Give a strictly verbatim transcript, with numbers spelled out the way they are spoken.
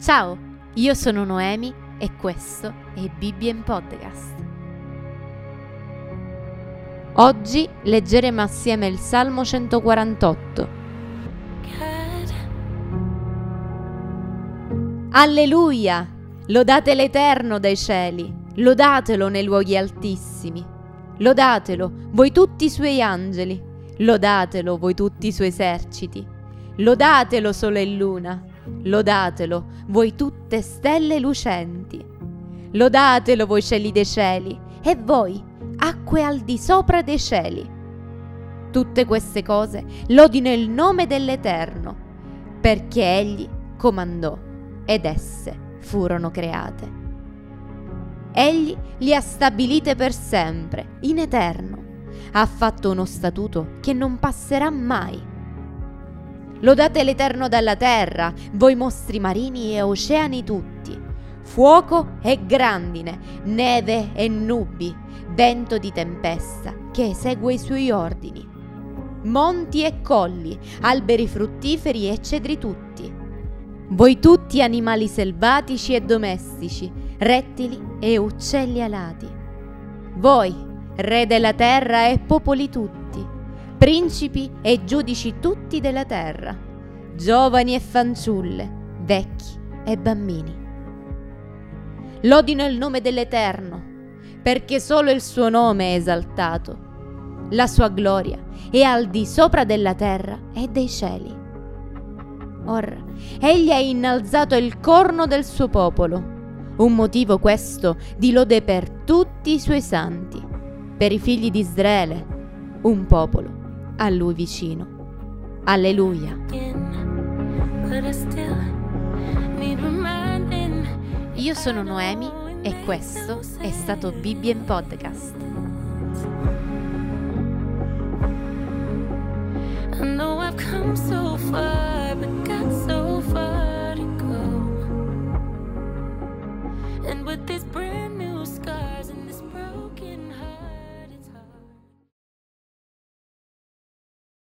Ciao, io sono Noemi e questo è Bibbia in Podcast. Oggi leggeremo assieme il Salmo centoquarantotto. Alleluia! Lodate l'Eterno dai cieli, lodatelo nei luoghi altissimi. Lodatelo, voi tutti i suoi angeli, lodatelo, voi tutti i suoi eserciti. Lodatelo sole e luna, lodatelo, voi tutte stelle lucenti. Lodatelo, voi cieli dei cieli, e voi, acque al di sopra dei cieli. Tutte queste cose lodino il nome dell'Eterno, perché Egli comandò ed esse furono create. Egli li ha stabilite per sempre, in eterno. Ha fatto uno statuto che non passerà mai. Lodate l'Eterno dalla terra, voi mostri marini e oceani tutti, fuoco e grandine, neve e nubi, vento di tempesta che esegue i suoi ordini, monti e colli, alberi fruttiferi e cedri tutti, voi tutti animali selvatici e domestici, rettili e uccelli alati, voi, re della terra e popoli tutti, principi e giudici tutti della terra, giovani e fanciulle, vecchi e bambini. Lodino il nome dell'Eterno, perché solo il suo nome è esaltato. La sua gloria è al di sopra della terra e dei cieli. Ora, egli ha innalzato il corno del suo popolo, un motivo questo di lode per tutti i suoi santi, per i figli di Israele, un popolo a lui vicino. Alleluia. Io sono Noemi e questo è stato Bibbia in Podcast. I know I've come so far, but got so far to go. And with this